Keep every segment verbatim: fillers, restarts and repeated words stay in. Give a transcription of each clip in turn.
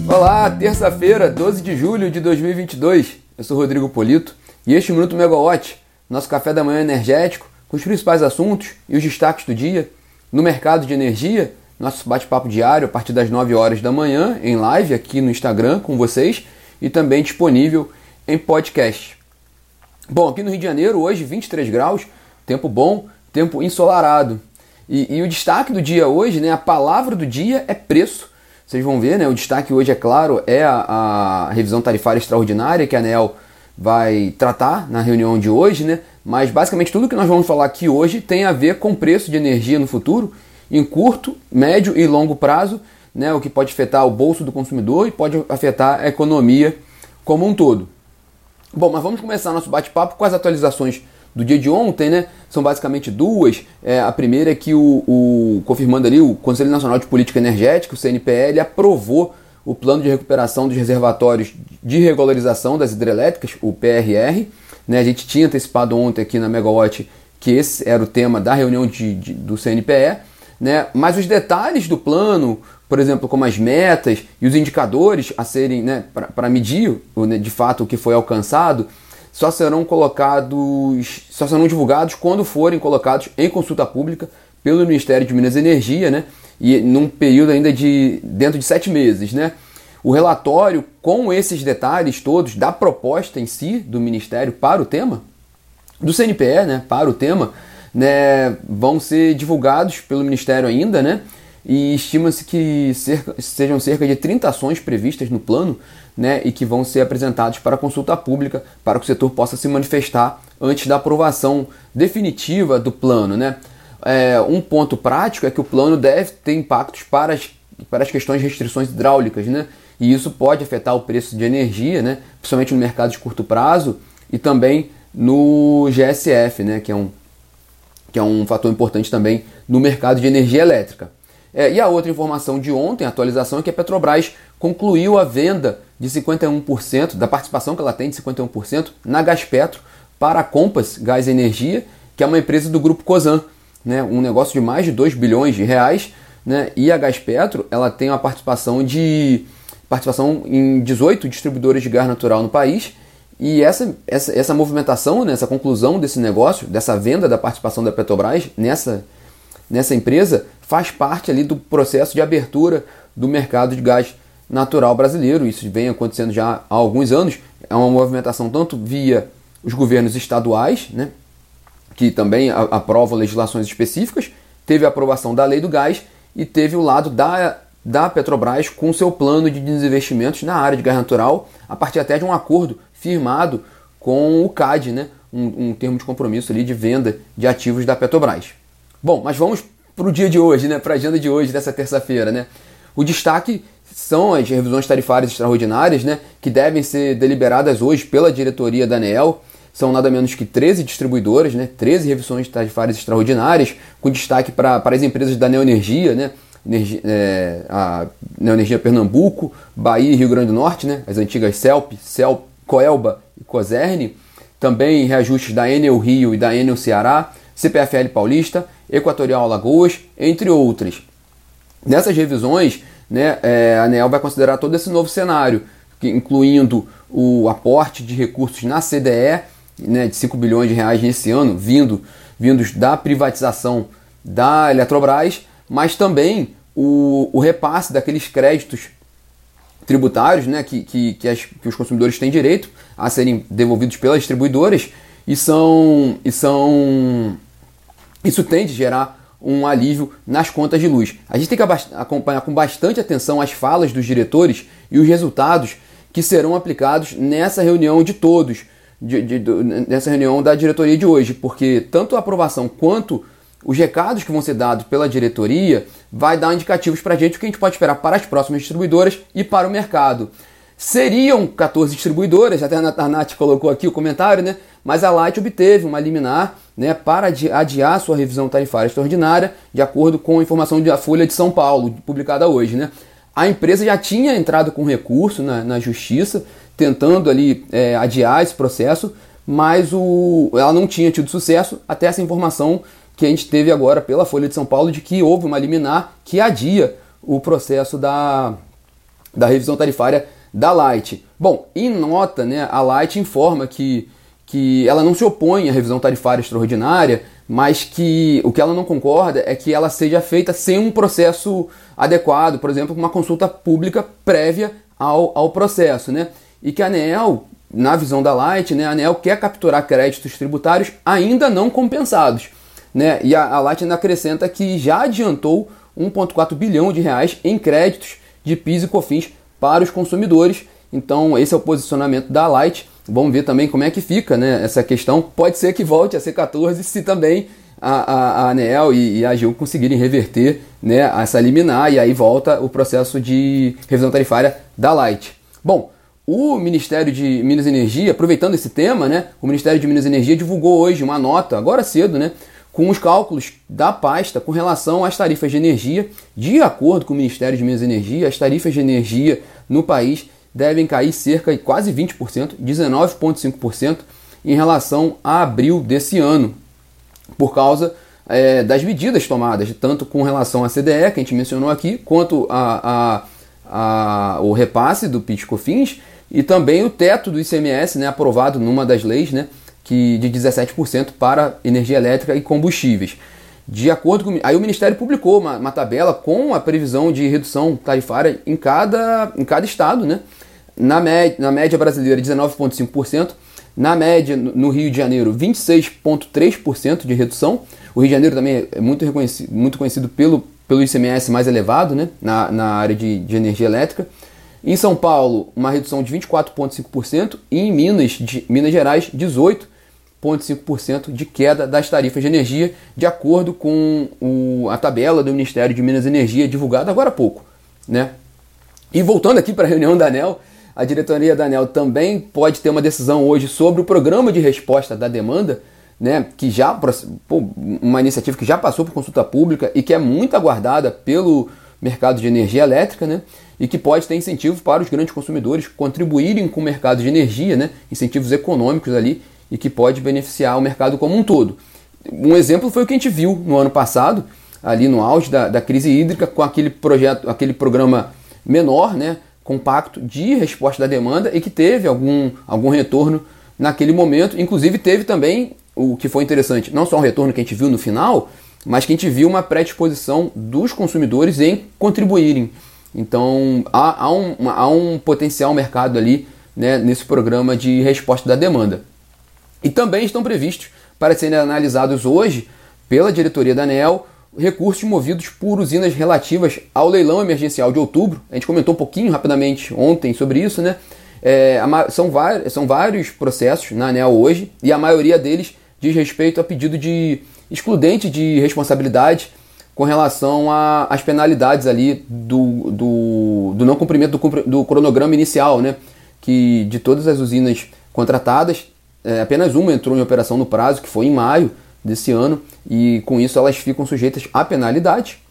Olá, terça-feira, doze de julho de dois mil e vinte e dois. Eu sou Rodrigo Polito e este é o Minuto Megawatt, nosso café da manhã energético, com os principais assuntos e os destaques do dia. No mercado de energia, nosso bate-papo diário a partir das nove horas da manhã, em live aqui no Instagram com vocês e também disponível em podcast. Bom, aqui no Rio de Janeiro, hoje vinte e três graus, tempo bom, tempo ensolarado. E, e o destaque do dia hoje, né, a palavra do dia é preço. Vocês vão ver, né, o destaque hoje, é claro, é a, a revisão tarifária extraordinária que a ANEEL vai tratar na reunião de hoje, né? Mas basicamente tudo que nós vamos falar aqui hoje tem a ver com preço de energia no futuro, em curto, médio e longo prazo, né, o que pode afetar o bolso do consumidor e pode afetar a economia como um todo. Bom, mas vamos começar nosso bate-papo com as atualizações do dia de ontem, né? São basicamente duas. É, a primeira é que, o, o, confirmando ali, o Conselho Nacional de Política Energética, o C N P E, ele aprovou o Plano de Recuperação dos Reservatórios de Regularização das Hidrelétricas, o P R R. Né? A gente tinha antecipado ontem aqui na Megawatt que esse era o tema da reunião de, de, do C N P E. Né? Mas os detalhes do plano, por exemplo, como as metas e os indicadores a serem, né, para medir né, de fato o que foi alcançado, só serão colocados, só serão divulgados quando forem colocados em consulta pública pelo Ministério de Minas e Energia, né? E num período ainda de dentro de sete meses, né? O relatório com esses detalhes todos da proposta em si do Ministério para o tema, do C N P E, né? Para o tema, né? Vão ser divulgados pelo Ministério ainda, né? E estima-se que cerca, sejam cerca de trinta ações previstas no plano, né, e que vão ser apresentados para consulta pública para que o setor possa se manifestar antes da aprovação definitiva do plano. Né? É, um ponto prático é que o plano deve ter impactos para as, para as questões de restrições hidráulicas, né? E isso pode afetar o preço de energia, né, principalmente no mercado de curto prazo e também no G S F, né, que é um, que é um fator importante também no mercado de energia elétrica. É, e a outra informação de ontem, a atualização, é que a Petrobras concluiu a venda de cinquenta e um por cento, da participação que ela tem de cinquenta e um por cento na Gaspetro para a Compass Gás e Energia, que é uma empresa do grupo Cosan, né, um negócio de mais de dois bilhões de reais, né, e a Gaspetro ela tem uma participação, de, participação em dezoito distribuidoras de gás natural no país, e essa, essa, essa movimentação, né, essa conclusão desse negócio, dessa venda da participação da Petrobras nessa, nessa empresa, faz parte ali do processo de abertura do mercado de gás natural brasileiro. Isso vem acontecendo já há alguns anos. É uma movimentação tanto via os governos estaduais, né, que também aprovam legislações específicas, teve a aprovação da lei do gás e teve o lado da, da Petrobras com seu plano de desinvestimentos na área de gás natural, a partir até de um acordo firmado com o C A D, né, um, um termo de compromisso ali de venda de ativos da Petrobras. Bom, mas vamos para o dia de hoje, né, para a agenda de hoje, dessa terça-feira. Né? O destaque são as revisões tarifárias extraordinárias, né, que devem ser deliberadas hoje pela diretoria da ANEEL. São nada menos que treze distribuidoras, né, treze revisões tarifárias extraordinárias, com destaque para, para as empresas da Neoenergia, né, Energia, é, a Neoenergia Pernambuco, Bahia e Rio Grande do Norte, né, as antigas CELP, CELP, Coelba e Cosern. Também reajustes da Enel Rio e da Enel Ceará, C P F L Paulista, Equatorial Alagoas, entre outras. Nessas revisões, né, é, a ANEEL vai considerar todo esse novo cenário, incluindo o aporte de recursos na C D E, né, de cinco bilhões de reais nesse ano, vindo, vindos da privatização da Eletrobras, mas também o, o repasse daqueles créditos tributários, né, que, que, que, as, que os consumidores têm direito a serem devolvidos pelas distribuidoras, e são... E são Isso tende a gerar um alívio nas contas de luz. A gente tem que acompanhar com bastante atenção as falas dos diretores e os resultados que serão aplicados nessa reunião de todos, de, de, de, nessa reunião da diretoria de hoje, porque tanto a aprovação quanto os recados que vão ser dados pela diretoria vai dar indicativos para a gente o que a gente pode esperar para as próximas distribuidoras e para o mercado. Seriam quatorze distribuidoras, até a Nath colocou aqui o comentário, né? Mas a Light obteve uma liminar, né, para adiar sua revisão tarifária extraordinária, de acordo com a informação da Folha de São Paulo, publicada hoje. Né? A empresa já tinha entrado com recurso na, na justiça, tentando ali é, adiar esse processo, mas o, ela não tinha tido sucesso até essa informação que a gente teve agora pela Folha de São Paulo de que houve uma liminar que adia o processo da, da revisão tarifária da Light. Bom, em nota, né, a Light informa que, que ela não se opõe à revisão tarifária extraordinária, mas que o que ela não concorda é que ela seja feita sem um processo adequado, por exemplo, uma consulta pública prévia ao, ao processo, né? E que a ANEEL, na visão da Light, né, a ANEEL quer capturar créditos tributários ainda não compensados, né? E a, a Light ainda acrescenta que já adiantou um vírgula quatro bilhão de reais em créditos de PIS e COFINS para os consumidores. Então esse é o posicionamento da Light. Vamos ver também como é que fica, né, essa questão. Pode ser que volte a ser quatorze se também a, a, a ANEEL e, e a AGU conseguirem reverter, né, essa liminar, e aí volta o processo de revisão tarifária da Light. Bom, o Ministério de Minas e Energia, aproveitando esse tema, né, o Ministério de Minas e Energia divulgou hoje uma nota, agora cedo, né, com os cálculos da pasta com relação às tarifas de energia. De acordo com o Ministério de Minas e Energia, as tarifas de energia no país devem cair cerca de quase vinte por cento, dezenove vírgula cinco por cento, em relação a abril desse ano, por causa é, das medidas tomadas, tanto com relação à C D E, que a gente mencionou aqui, quanto a, a, a, o repasse do PIS e COFINS, e também o teto do I C M S, né, aprovado numa das leis, né, que de dezessete por cento para energia elétrica e combustíveis. De acordo com, aí o Ministério publicou uma, uma tabela com a previsão de redução tarifária em cada, em cada estado, né? Na média, na média brasileira, dezenove vírgula cinco por cento, na média no Rio de Janeiro, vinte e seis vírgula três por cento de redução. O Rio de Janeiro também é muito reconhecido, muito conhecido pelo, pelo I C M S mais elevado, né, na, na área de, de energia elétrica. Em São Paulo, uma redução de vinte e quatro vírgula cinco por cento, e em Minas, de, Minas Gerais, dezoito vírgula cinco por cento de queda das tarifas de energia, de acordo com o, a tabela do Ministério de Minas e Energia, divulgada agora há pouco, né? E voltando aqui para a reunião da ANEEL, a diretoria da ANEEL também pode ter uma decisão hoje sobre o programa de resposta da demanda, né, que já, pô, uma iniciativa que já passou por consulta pública e que é muito aguardada pelo mercado de energia elétrica, né, e que pode ter incentivo para os grandes consumidores contribuírem com o mercado de energia, né, incentivos econômicos ali, e que pode beneficiar o mercado como um todo. Um exemplo foi o que a gente viu no ano passado, ali no auge da, da crise hídrica, com aquele projeto, aquele programa menor, né, compacto de resposta da demanda, e que teve algum, algum retorno naquele momento. Inclusive teve também, o que foi interessante, não só um retorno que a gente viu no final, mas que a gente viu uma predisposição dos consumidores em contribuírem. Então há, há, um, há um potencial mercado ali, né, nesse programa de resposta da demanda. E também estão previstos para serem analisados hoje pela diretoria da ANEEL recursos movidos por usinas relativas ao leilão emergencial de outubro. A gente comentou um pouquinho rapidamente ontem sobre isso, né? É, são, vários, são vários processos na ANEEL hoje, e a maioria deles diz respeito a pedido de excludente de responsabilidade com relação às penalidades ali do, do, do não cumprimento do, do cronograma inicial, né? Que de todas as usinas contratadas, É, apenas uma entrou em operação no prazo, que foi em maio desse ano, e com isso elas ficam sujeitas à penalidade.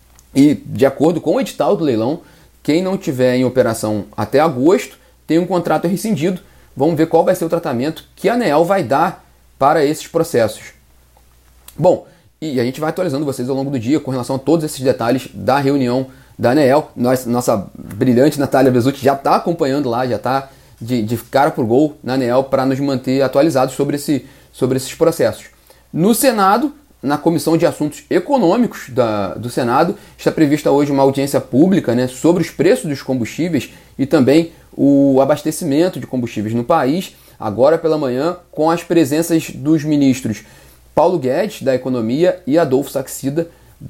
E de acordo com o edital do leilão, quem não tiver em operação até agosto tem um contrato rescindido. Vamos ver qual vai ser o tratamento que a ANEEL vai dar para esses processos. Bom, e a gente vai atualizando vocês ao longo do dia com relação a todos esses detalhes da reunião da ANEEL. Nossa, nossa brilhante Natália Bezutti já está acompanhando lá, já está De, de cara por gol na ANEEL para nos manter atualizados sobre, esse, sobre esses processos. No Senado, na Comissão de Assuntos Econômicos da, do Senado, está prevista hoje uma audiência pública, né, sobre os preços dos combustíveis e também o abastecimento de combustíveis no país, agora pela manhã, com as presenças dos ministros Paulo Guedes, da Economia, e Adolfo Saxida,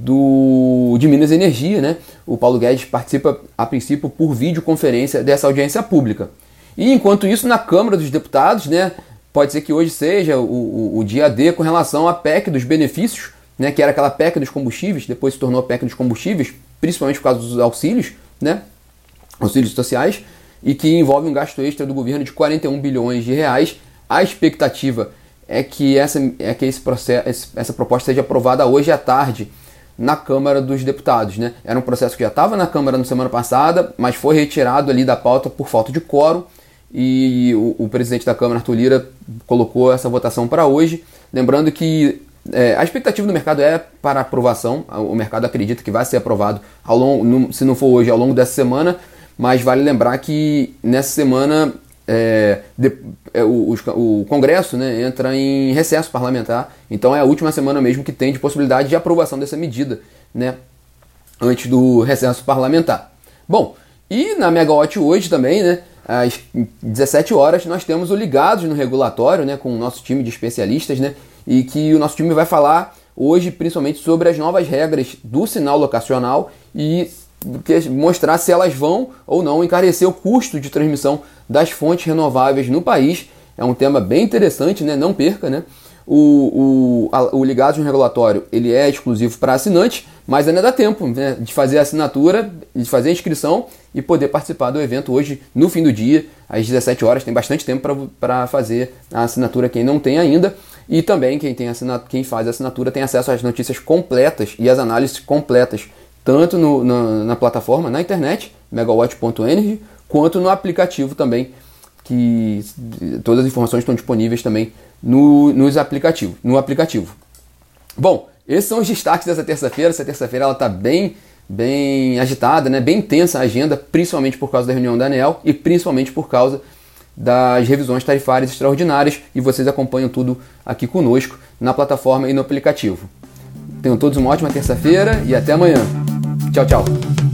do, de Minas e Energia, né? O Paulo Guedes participa, a princípio, por videoconferência dessa audiência pública. E enquanto isso, na Câmara dos Deputados, né, pode ser que hoje seja o, o, o dia D com relação à P E C dos benefícios, né, que era aquela P E C dos combustíveis, depois se tornou a P E C dos combustíveis, principalmente por causa dos auxílios, né, auxílios sociais, e que envolve um gasto extra do governo de quarenta e um bilhões de reais. A expectativa é que essa, é que esse processo, essa proposta seja aprovada hoje à tarde na Câmara dos Deputados, né? Era um processo que já estava na Câmara na semana passada, mas foi retirado ali da pauta por falta de quórum, e o, o presidente da Câmara, Arthur Lira, colocou essa votação para hoje. Lembrando que é, a expectativa do mercado é para aprovação, o mercado acredita que vai ser aprovado, ao longo, no, se não for hoje, ao longo dessa semana, mas vale lembrar que nessa semana é, de, é, o, o Congresso, né, entra em recesso parlamentar, então é a última semana mesmo que tem de possibilidade de aprovação dessa medida, né, antes do recesso parlamentar. Bom, e na Megawatt hoje também, né, às dezessete horas, nós temos o Ligados no Regulatório, né, com o nosso time de especialistas, né, e que o nosso time vai falar hoje principalmente sobre as novas regras do sinal locacional e mostrar se elas vão ou não encarecer o custo de transmissão das fontes renováveis no país. É um tema bem interessante, né? Não perca, né? O, o, a, o Ligados no Regulatório ele é exclusivo para assinantes, mas ainda dá tempo, né, de fazer a assinatura, de fazer a inscrição e poder participar do evento hoje no fim do dia, às dezessete horas. Tem bastante tempo para fazer a assinatura quem não tem ainda. E também quem, tem assinat- quem faz a assinatura tem acesso às notícias completas e às análises completas, tanto no, na, na plataforma, na internet, megawatt ponto energy, quanto no aplicativo também, que todas as informações estão disponíveis também no, nos aplicativo, no aplicativo. Bom, esses são os destaques dessa terça-feira. Essa terça-feira ela está bem, bem agitada, né? Bem intensa a agenda, principalmente por causa da reunião da ANEEL e principalmente por causa das revisões tarifárias extraordinárias, e vocês acompanham tudo aqui conosco na plataforma e no aplicativo. Tenham todos uma ótima terça-feira e até amanhã. Tchau, tchau.